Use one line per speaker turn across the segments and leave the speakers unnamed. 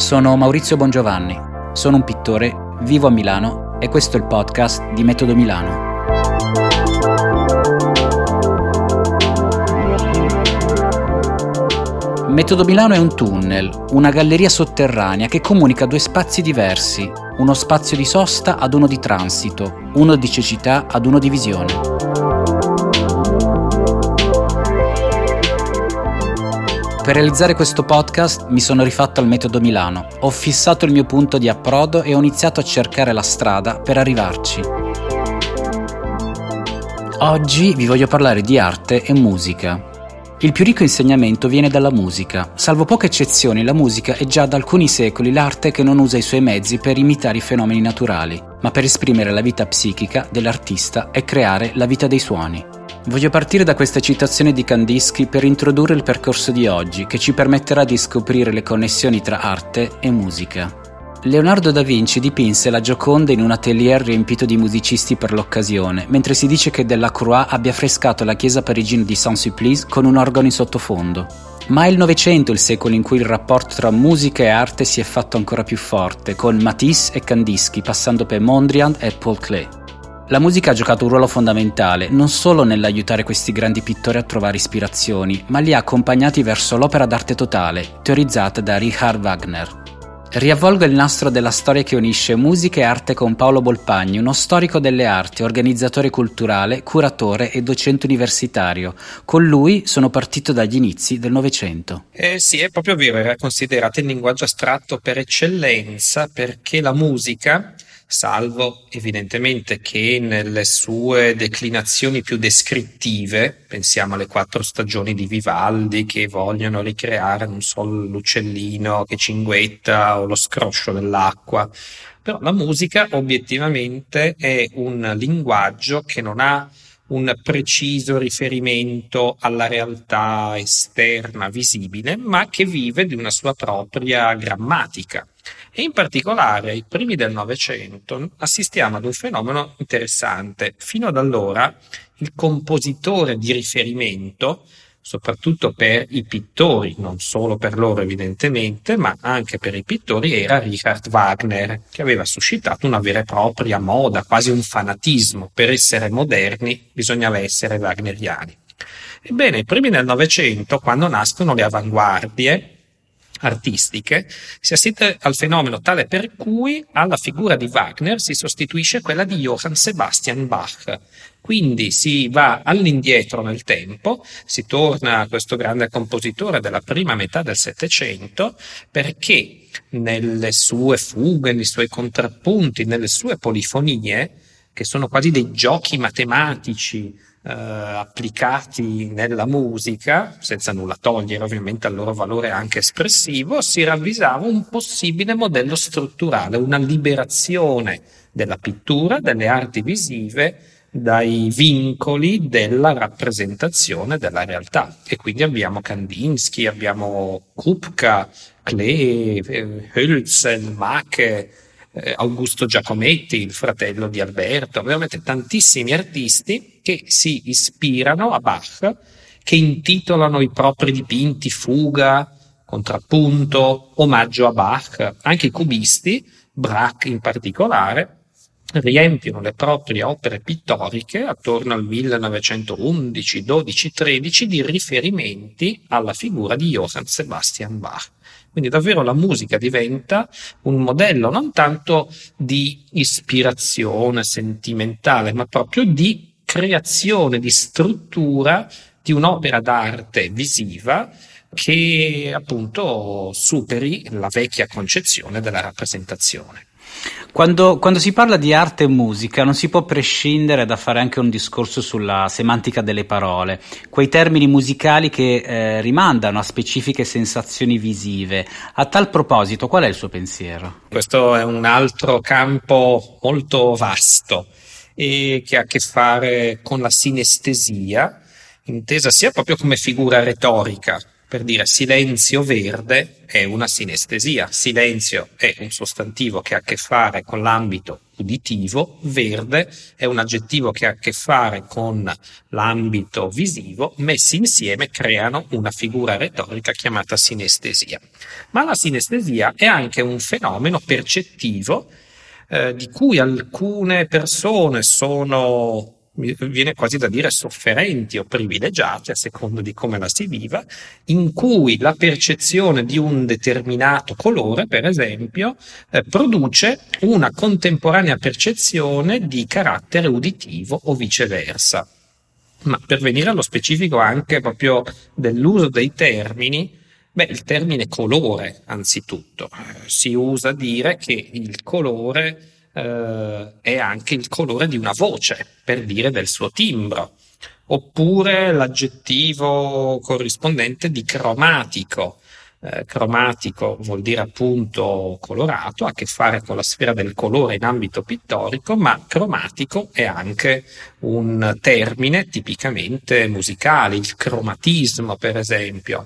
Sono Maurizio Bongiovanni, sono un pittore, vivo a Milano e questo è il podcast di Metodo Milano. Metodo Milano è un tunnel, una galleria sotterranea che comunica due spazi diversi, uno spazio di sosta ad uno di transito, uno di cecità ad uno di visione. Per realizzare questo podcast mi sono rifatto al Metodo Milano, ho fissato il mio punto di approdo e ho iniziato a cercare la strada per arrivarci. Oggi vi voglio parlare di arte e musica. Il più ricco insegnamento viene dalla musica. Salvo poche eccezioni, la musica è già da alcuni secoli l'arte che non usa i suoi mezzi per imitare i fenomeni naturali, ma per esprimere la vita psichica dell'artista e creare la vita dei suoni. Voglio partire da questa citazione di Kandinsky per introdurre il percorso di oggi, che ci permetterà di scoprire le connessioni tra arte e musica. Leonardo da Vinci dipinse la Gioconda in un atelier riempito di musicisti per l'occasione, mentre si dice che Delacroix abbia affrescato la chiesa parigina di Saint-Sulpice con un organo in sottofondo. Ma è il Novecento il secolo in cui il rapporto tra musica e arte si è fatto ancora più forte, con Matisse e Kandinsky passando per Mondrian e Paul Klee. La musica ha giocato un ruolo fondamentale, non solo nell'aiutare questi grandi pittori a trovare ispirazioni, ma li ha accompagnati verso l'opera d'arte totale, teorizzata da Richard Wagner. Riavvolgo il nastro della storia che unisce musica e arte con Paolo Bolpagni, uno storico delle arti, organizzatore culturale, curatore e docente universitario. Con lui sono partito dagli inizi del Novecento.
Sì, è proprio vero, era considerato il linguaggio astratto per eccellenza, perché la musica, salvo evidentemente che nelle sue declinazioni più descrittive, pensiamo alle 4 stagioni di Vivaldi che vogliono ricreare, non so, l'uccellino che cinguetta o lo scroscio dell'acqua, però la musica obiettivamente è un linguaggio che non ha un preciso riferimento alla realtà esterna visibile, ma che vive di una sua propria grammatica. E in particolare ai primi del Novecento assistiamo ad un fenomeno interessante. Fino ad allora il compositore di riferimento, soprattutto per i pittori, non solo per loro evidentemente, ma anche per i pittori, era Richard Wagner, che aveva suscitato una vera e propria moda, quasi un fanatismo. Per essere moderni bisognava essere wagneriani. Ebbene, ai primi del Novecento, quando nascono le avanguardie artistiche, si assiste al fenomeno tale per cui alla figura di Wagner si sostituisce quella di Johann Sebastian Bach. Quindi si va all'indietro nel tempo, si torna a questo grande compositore della prima metà del Settecento, perché nelle sue fughe, nei suoi contrappunti, nelle sue polifonie, che sono quasi dei giochi matematici applicati nella musica, senza nulla togliere ovviamente al loro valore anche espressivo, si ravvisava un possibile modello strutturale, una liberazione della pittura, delle arti visive dai vincoli della rappresentazione della realtà. E quindi abbiamo Kandinsky, abbiamo Kupka, Klee, Hölzel, Macke, Augusto Giacometti, il fratello di Alberto, veramente tantissimi artisti che si ispirano a Bach, che intitolano i propri dipinti fuga, contrappunto, omaggio a Bach. Anche i cubisti, Braque in particolare, riempiono le proprie opere pittoriche attorno al 1911, 12, 13 di riferimenti alla figura di Johann Sebastian Bach. Quindi davvero la musica diventa un modello non tanto di ispirazione sentimentale, ma proprio di creazione, di struttura di un'opera d'arte visiva che appunto superi la vecchia concezione della rappresentazione.
Quando si parla di arte e musica non si può prescindere da fare anche un discorso sulla semantica delle parole, quei termini musicali che rimandano a specifiche sensazioni visive. A tal proposito, qual è il suo pensiero?
Questo è un altro campo molto vasto e che ha a che fare con la sinestesia, intesa sia proprio come figura retorica, Per dire silenzio verde è una sinestesia. Silenzio è un sostantivo che ha a che fare con l'ambito uditivo, verde è un aggettivo che ha a che fare con l'ambito visivo, messi insieme creano una figura retorica chiamata sinestesia. Ma la sinestesia è anche un fenomeno percettivo di cui alcune persone sono, mi viene quasi da dire, sofferenti o privilegiate a seconda di come la si viva, in cui la percezione di un determinato colore, per esempio, produce una contemporanea percezione di carattere uditivo o viceversa. Ma per venire allo specifico anche proprio dell'uso dei termini, il termine colore, anzitutto, si usa dire che il colore è anche il colore di una voce, per dire del suo timbro, oppure l'aggettivo corrispondente di cromatico. Cromatico vuol dire appunto colorato, ha a che fare con la sfera del colore in ambito pittorico, ma cromatico è anche un termine tipicamente musicale, il cromatismo per esempio.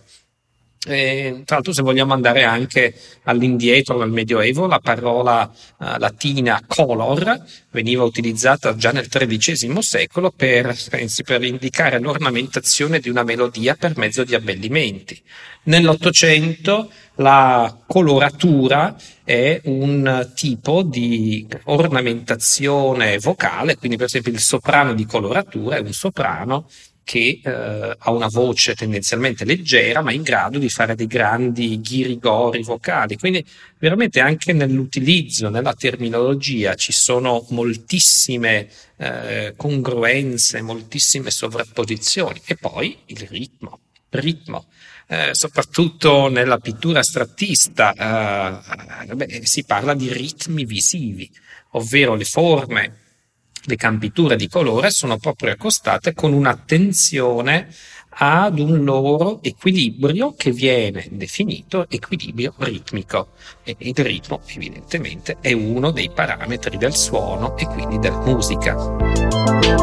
Tra l'altro, se vogliamo andare anche all'indietro nel Medioevo, la parola latina color veniva utilizzata già nel XIII secolo per indicare l'ornamentazione di una melodia per mezzo di abbellimenti. Nell'Ottocento la coloratura è un tipo di ornamentazione vocale, quindi per esempio il soprano di coloratura è un soprano che ha una voce tendenzialmente leggera, ma in grado di fare dei grandi ghirigori vocali. Quindi veramente anche nell'utilizzo, nella terminologia ci sono moltissime congruenze, moltissime sovrapposizioni. E poi il ritmo. Soprattutto nella pittura astrattista si parla di ritmi visivi, ovvero le forme, le campiture di colore sono proprio accostate con un'attenzione ad un loro equilibrio che viene definito equilibrio ritmico, e il ritmo evidentemente è uno dei parametri del suono e quindi della musica.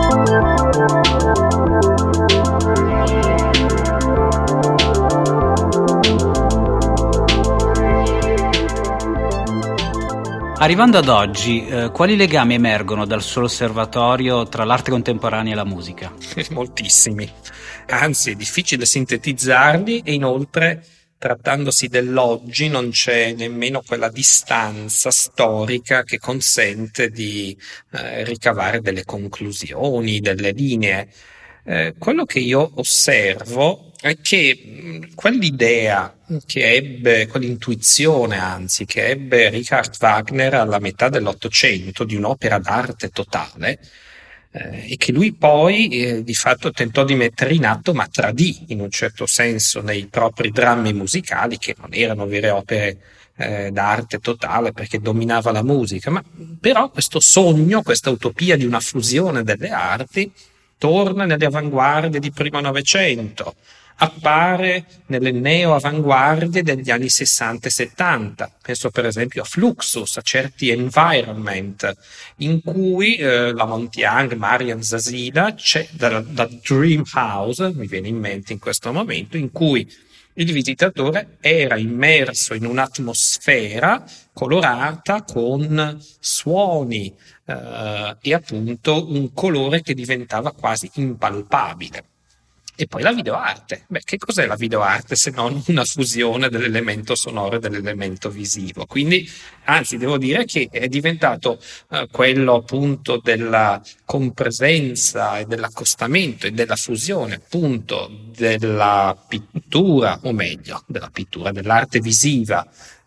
Arrivando ad oggi, quali legami emergono dal suo osservatorio tra l'arte contemporanea e la musica?
Moltissimi, anzi è difficile sintetizzarli e inoltre trattandosi dell'oggi non c'è nemmeno quella distanza storica che consente di ricavare delle conclusioni, delle linee. Quello che io osservo è che quell'idea che ebbe, quell'intuizione anzi, che ebbe Richard Wagner alla metà dell'Ottocento di un'opera d'arte totale, e che lui poi di fatto tentò di mettere in atto, ma tradì in un certo senso nei propri drammi musicali, che non erano vere opere d'arte totale perché dominava la musica, ma però questo sogno, questa utopia di una fusione delle arti torna nelle avanguardie di primo Novecento, appare nelle neo-avanguardie degli anni 60 e 70. Penso per esempio a Fluxus, a certi environment, in cui la Montiang, Marian Zasida, c'è da Dream House, mi viene in mente in questo momento, in cui il visitatore era immerso in un'atmosfera colorata con suoni e appunto un colore che diventava quasi impalpabile. E poi la videoarte. Che cos'è la videoarte se non una fusione dell'elemento sonoro e dell'elemento visivo? Quindi, anzi, devo dire che è diventato quello appunto della compresenza e dell'accostamento e della fusione appunto della pittura, o meglio, della pittura, dell'arte visiva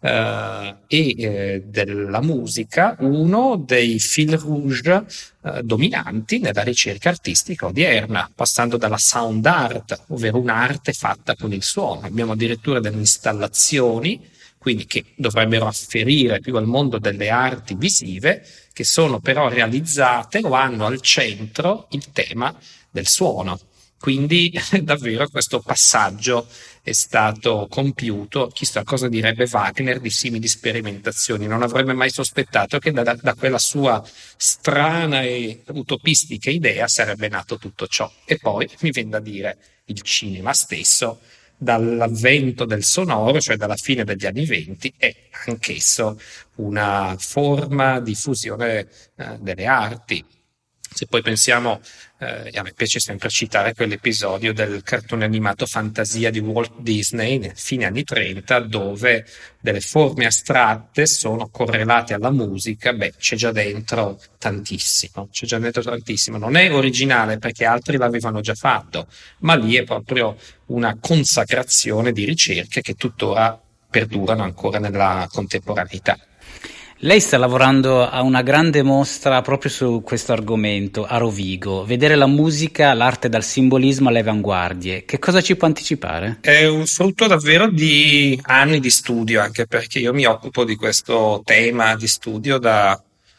e della musica, uno dei fil rouge dominanti nella ricerca artistica odierna, passando dalla sound art, ovvero un'arte fatta con il suono. Abbiamo addirittura delle installazioni, quindi che dovrebbero afferire più al mondo delle arti visive, che sono però realizzate o hanno al centro il tema del suono. Quindi davvero questo passaggio è stato compiuto. Chissà cosa direbbe Wagner di simili sperimentazioni. Non avrebbe mai sospettato che da quella sua strana e utopistica idea sarebbe nato tutto ciò. E poi mi viene da dire il cinema stesso dall'avvento del sonoro, cioè dalla fine degli anni '20, è anch'esso una forma di fusione delle arti. Se poi pensiamo, e a me piace sempre citare quell'episodio del cartone animato Fantasia di Walt Disney nel fine anni '30, dove delle forme astratte sono correlate alla musica, c'è già dentro tantissimo, c'è già dentro tantissimo. Non è originale perché altri l'avevano già fatto, ma lì è proprio una consacrazione di ricerche che tuttora perdurano ancora nella contemporaneità.
Lei sta lavorando a una grande mostra proprio su questo argomento a Rovigo, vedere la musica, l'arte dal simbolismo alle avanguardie. Che cosa ci può anticipare?
È un frutto davvero di anni di studio, anche perché io mi occupo di questo tema di studio da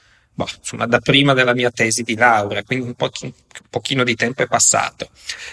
prima della mia tesi di laurea, quindi un pochino di tempo è passato.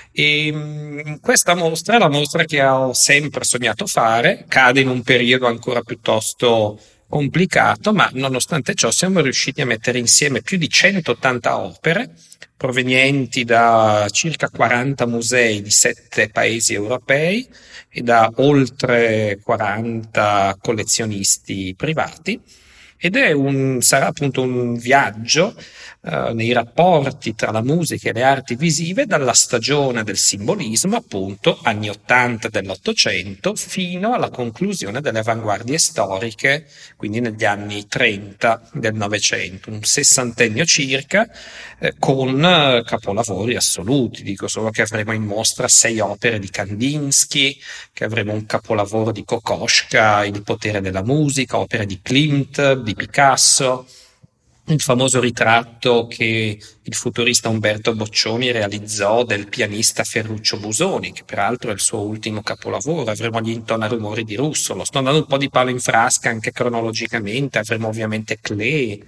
E questa mostra è la mostra che ho sempre sognato fare, cade in un periodo ancora piuttosto complicato, ma nonostante ciò siamo riusciti a mettere insieme più di 180 opere provenienti da circa 40 musei di 7 paesi europei e da oltre 40 collezionisti privati. Ed sarà appunto un viaggio nei rapporti tra la musica e le arti visive dalla stagione del simbolismo, appunto, anni '80 dell'Ottocento, fino alla conclusione delle avanguardie storiche, quindi negli anni '30 del Novecento, un sessantennio circa, con capolavori assoluti. Dico solo che avremo in mostra 6 opere di Kandinsky, che avremo un capolavoro di Kokoschka, Il potere della musica, opere di Klimt, di Picasso, il famoso ritratto che il futurista Umberto Boccioni realizzò del pianista Ferruccio Busoni, che peraltro è il suo ultimo capolavoro. Avremo gli intonarumori di Russolo. Sto andando un po' di palo in frasca anche cronologicamente. Avremo ovviamente Klee,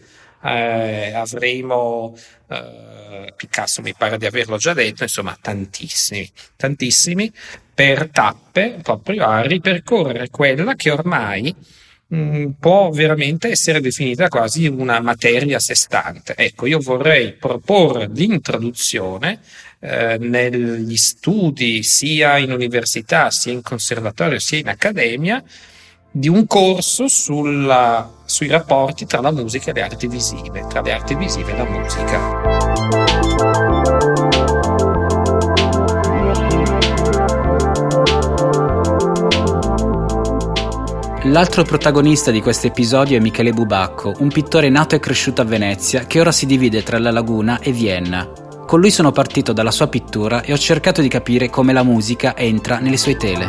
avremo Picasso, mi pare di averlo già detto, insomma tantissimi, per tappe, proprio a ripercorrere quella che ormai può veramente essere definita quasi una materia a sé stante. Ecco, io vorrei proporre l'introduzione negli studi sia in università, sia in conservatorio, sia in accademia, di un corso sui rapporti tra la musica e le arti visive, tra le arti visive e la musica.
L'altro protagonista di questo episodio è Michele Bubacco, un pittore nato e cresciuto a Venezia che ora si divide tra la Laguna e Vienna. Con lui sono partito dalla sua pittura e ho cercato di capire come la musica entra nelle sue tele.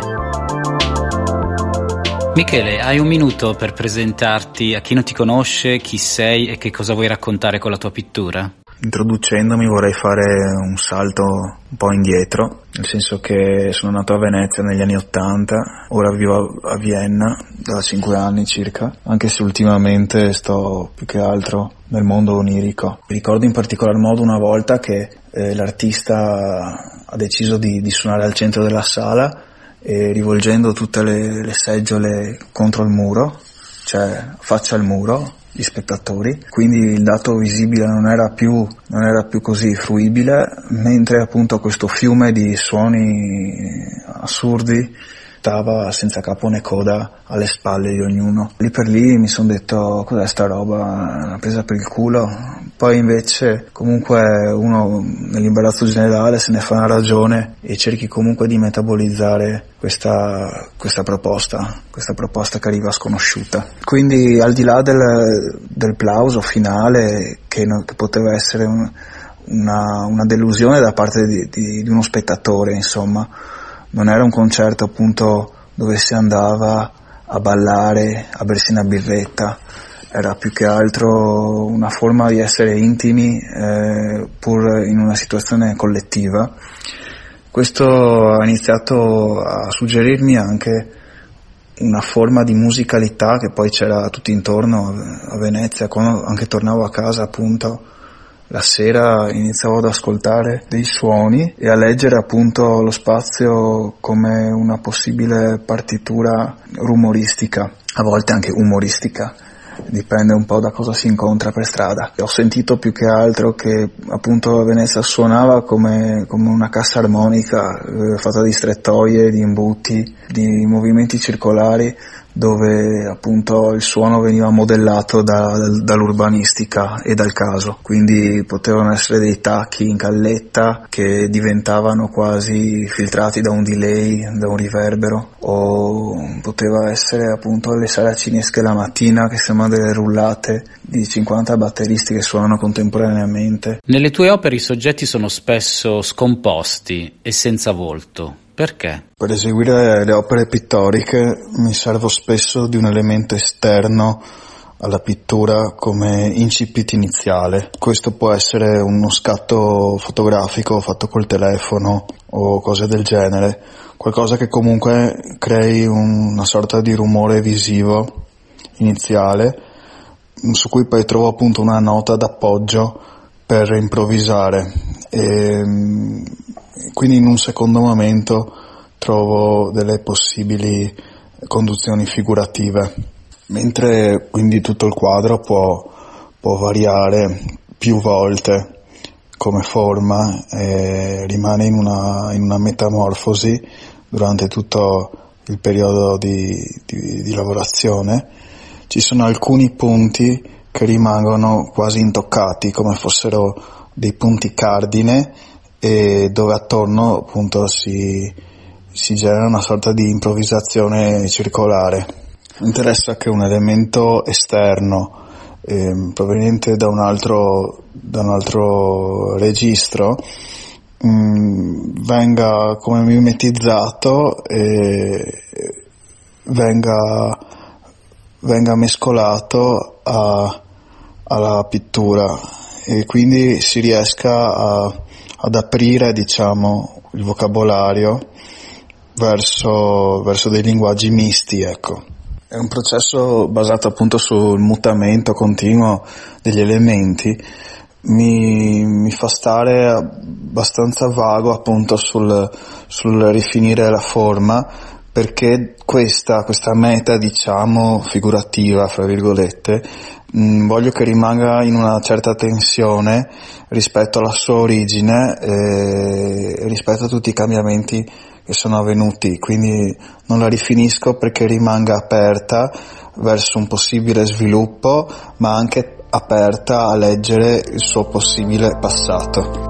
Michele, hai un minuto per presentarti a chi non ti conosce, chi sei e che cosa vuoi raccontare con la tua pittura?
Introducendomi vorrei fare un salto un po' indietro, nel senso che sono nato a Venezia negli anni '80, ora vivo a Vienna da 5 anni circa, anche se ultimamente sto più che altro nel mondo onirico. Ricordo in particolar modo una volta che l'artista ha deciso di suonare al centro della sala e rivolgendo tutte le seggiole contro il muro, cioè faccia al muro, gli spettatori, quindi il dato visibile non era più così fruibile, mentre appunto questo fiume di suoni assurdi stava senza capo né coda alle spalle di ognuno. Lì per lì mi sono detto: cos'è sta roba, una presa per il culo? Poi invece comunque uno nell'imbarazzo generale se ne fa una ragione e cerchi comunque di metabolizzare questa proposta che arriva sconosciuta. Quindi al di là del plauso finale che poteva essere una delusione da parte di uno spettatore, insomma, non era un concerto appunto dove si andava a ballare, a bersi una birretta, era più che altro una forma di essere intimi pur in una situazione collettiva. Questo ha iniziato a suggerirmi anche una forma di musicalità che poi c'era tutto intorno a Venezia. Quando anche tornavo a casa appunto la sera iniziavo ad ascoltare dei suoni e a leggere appunto lo spazio come una possibile partitura rumoristica, a volte anche umoristica. dipende un po' da cosa si incontra per strada. Ho sentito più che altro che appunto Venezia suonava come una cassa armonica fatta di strettoie, di imbuti, di movimenti circolari, dove appunto il suono veniva modellato dall'urbanistica e dal caso, quindi potevano essere dei tacchi in calletta che diventavano quasi filtrati da un delay, da un riverbero, o poteva essere appunto le saracinesche la mattina che sembrano delle rullate di 50 batteristi che suonano contemporaneamente.
Nelle tue opere i soggetti sono spesso scomposti e senza volto. Perché?
Per eseguire le opere pittoriche mi servo spesso di un elemento esterno alla pittura come incipit iniziale. Questo può essere uno scatto fotografico fatto col telefono o cose del genere, qualcosa che comunque crei una sorta di rumore visivo iniziale su cui poi trovo appunto una nota d'appoggio per improvvisare, e quindi in un secondo momento trovo delle possibili conduzioni figurative, mentre quindi tutto il quadro può variare più volte come forma e rimane in una metamorfosi durante tutto il periodo di lavorazione. Ci sono alcuni punti che rimangono quasi intoccati, come fossero dei punti cardine, e dove attorno appunto si genera una sorta di improvvisazione circolare. Mi interessa che un elemento esterno proveniente da un altro registro venga come mimetizzato e venga mescolato alla pittura, e quindi si riesca ad aprire, diciamo, il vocabolario verso dei linguaggi misti, ecco. È un processo basato appunto sul mutamento continuo degli elementi. Mi fa stare abbastanza vago appunto sul rifinire la forma, perché questa meta, diciamo, figurativa, fra virgolette, voglio che rimanga in una certa tensione rispetto alla sua origine e rispetto a tutti i cambiamenti che sono avvenuti, quindi non la rifinisco perché rimanga aperta verso un possibile sviluppo, ma anche aperta a leggere il suo possibile passato.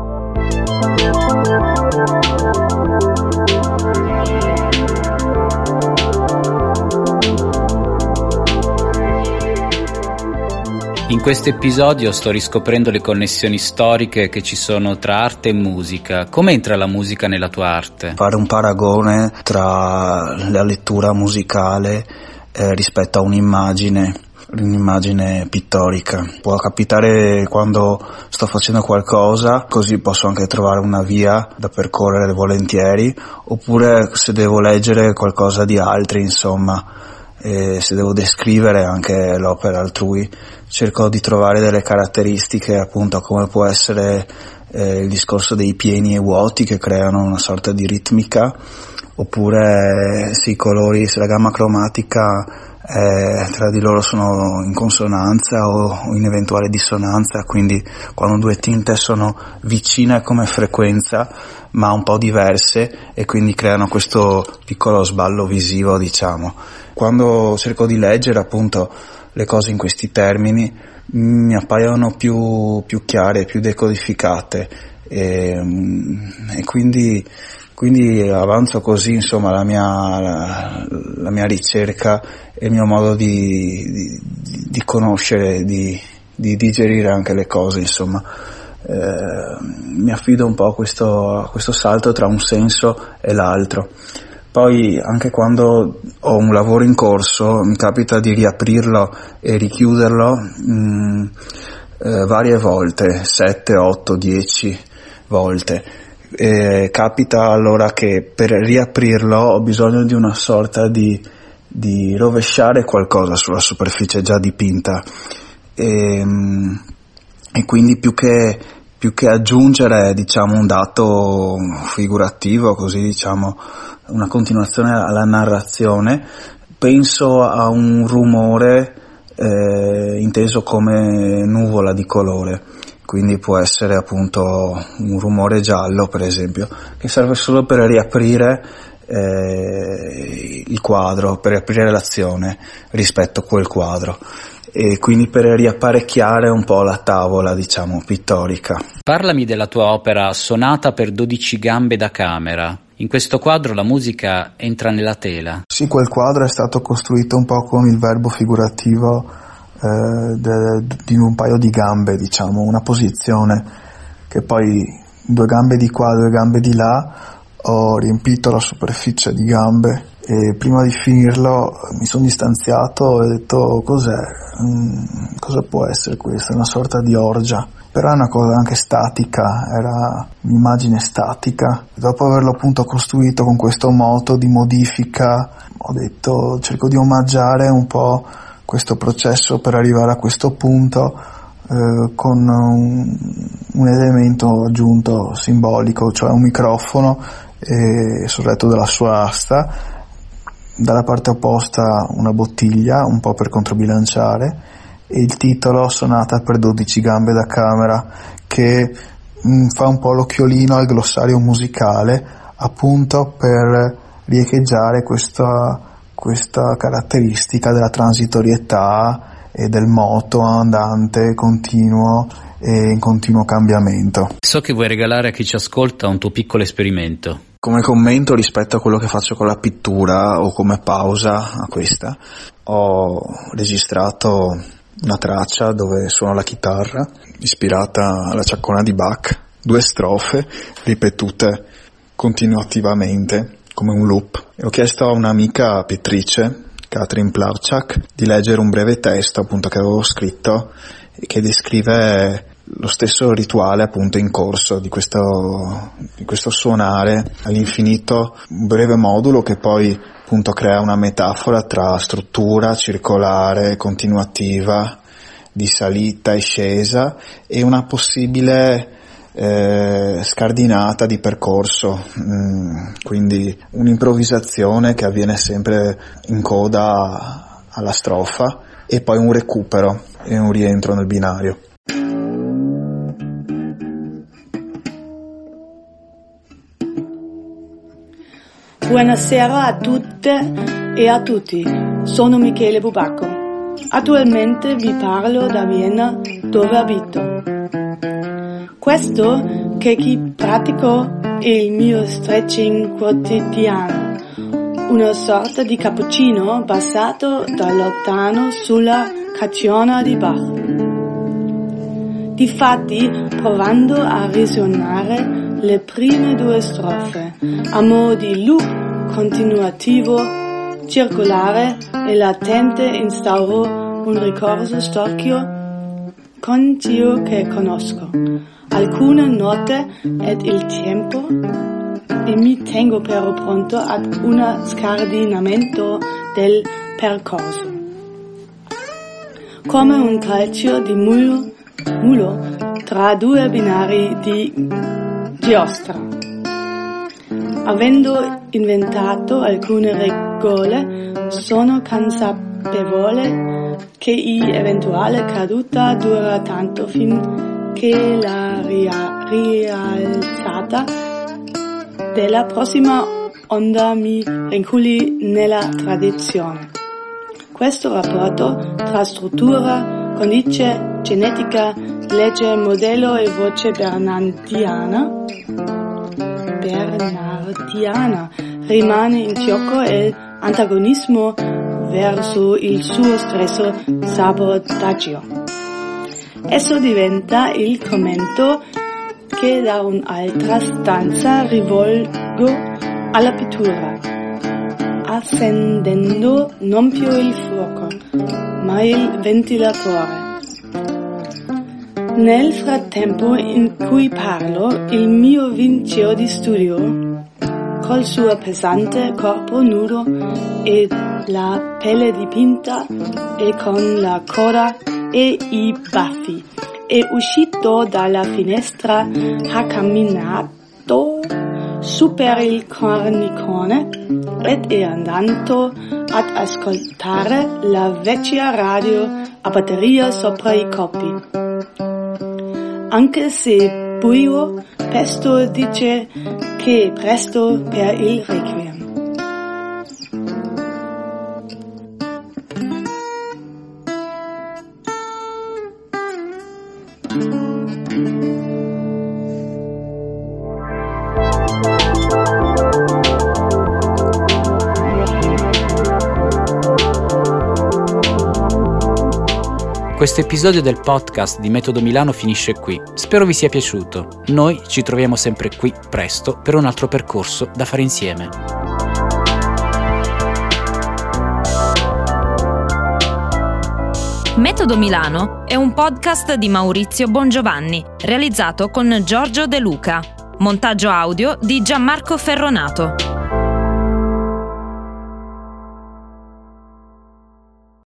In questo episodio sto riscoprendo le connessioni storiche che ci sono tra arte e musica. Come entra la musica nella tua arte?
Fare un paragone tra la lettura musicale rispetto a un'immagine pittorica. Può capitare quando sto facendo qualcosa, così posso anche trovare una via da percorrere volentieri, oppure se devo leggere qualcosa di altri, insomma, se devo descrivere anche l'opera altrui, cerco di trovare delle caratteristiche, appunto, come può essere il discorso dei pieni e vuoti che creano una sorta di ritmica, oppure se i colori, se la gamma cromatica tra di loro sono in consonanza o in eventuale dissonanza, quindi quando due tinte sono vicine come frequenza ma un po' diverse e quindi creano questo piccolo sballo visivo, diciamo. Quando cerco di leggere appunto le cose in questi termini mi appaiono più chiare, più decodificate, e quindi avanzo così, insomma, la mia ricerca e il mio modo di conoscere, di digerire anche le cose, insomma. Mi affido un po' a questo salto tra un senso e l'altro. Poi anche quando ho un lavoro in corso mi capita di riaprirlo e richiuderlo varie volte, 7, 8, 10 volte. Capita allora che per riaprirlo ho bisogno di una sorta di rovesciare qualcosa sulla superficie già dipinta, e quindi più che aggiungere, diciamo, un dato figurativo, così, diciamo, una continuazione alla narrazione, penso a un rumore inteso come nuvola di colore. Quindi può essere appunto un rumore giallo, per esempio, che serve solo per riaprire il quadro, per riaprire l'azione rispetto a quel quadro, e quindi per riapparecchiare un po' la tavola, diciamo, pittorica.
Parlami della tua opera Sonata per 12 gambe da camera. In questo quadro la musica entra nella tela.
Sì, quel quadro è stato costruito un po' con il verbo figurativo di un paio di gambe, diciamo, una posizione che poi 2 gambe di qua, 2 gambe di là, ho riempito la superficie di gambe e prima di finirlo mi sono distanziato e ho detto cosa può essere questo? Una sorta di orgia, però è una cosa anche statica, era un'immagine statica. Dopo averlo appunto costruito con questo moto di modifica, ho detto cerco di omaggiare un po' questo processo per arrivare a questo punto con un elemento aggiunto simbolico, cioè un microfono sorretto dalla sua asta, dalla parte opposta una bottiglia un po' per controbilanciare, e il titolo Sonata per 12 gambe da camera, che fa un po' l'occhiolino al glossario musicale, appunto per riecheggiare questa caratteristica della transitorietà e del moto andante continuo e in continuo cambiamento.
So che vuoi regalare a chi ci ascolta un tuo piccolo esperimento.
Come commento rispetto a quello che faccio con la pittura o come pausa a questa, ho registrato una traccia dove suono la chitarra ispirata alla Ciaccona di Bach, 2 strofe ripetute continuativamente come un loop, e ho chiesto a un'amica pittrice, Katrin Plavčák, di leggere un breve testo appunto che avevo scritto e che descrive lo stesso rituale appunto in corso di questo suonare all'infinito, un breve modulo che poi appunto crea una metafora tra struttura circolare, continuativa, di salita e scesa, e una possibile scardinata di percorso, quindi un'improvvisazione che avviene sempre in coda alla strofa e poi un recupero e un rientro nel binario.
Buonasera a tutte e a tutti, sono Michele Bubacco. Attualmente vi parlo da Vienna, dove abito. Questo che qui pratico è il mio stretching quotidiano, una sorta di cappuccino basato da lontano sulla Cazzona di Bach. Difatti, provando a risuonare le prime 2 strofe a mo' di loop continuativo, circolare e latente, instauro un ricorso storchio continuo che conosco, alcune note ed il tempo, e mi tengo però pronto ad un scardinamento del percorso. Come un calcio di mulo tra 2 binari di giostra. Avendo inventato alcune regole, sono consapevole che l'eventuale caduta dura tanto finché la rialzata della prossima onda mi rinculi nella tradizione. Questo rapporto tra struttura, condice, genetica, legge, modello e voce bernardiana rimane in gioco, e l'antagonismo verso il suo stesso sabotaggio. Esso diventa il commento che da un'altra stanza rivolgo alla pittura, accendendo non più il fuoco, ma il ventilatore. Nel frattempo in cui parlo, il mio Vincio di studio, col suo pesante corpo nudo e la pelle dipinta e con la coda e i baffi, è uscito dalla finestra, ha camminato su per il cornicone ed è andato ad ascoltare la vecchia radio a batteria sopra i coppi. Anche se buio, Pesto dice che presto per il requiem.
Questo episodio del podcast di Metodo Milano finisce qui. Spero vi sia piaciuto. Noi ci troviamo sempre qui presto per un altro percorso da fare insieme.
Metodo Milano è un podcast di Maurizio Bongiovanni, realizzato con Giorgio De Luca. Montaggio audio di Gianmarco Ferronato.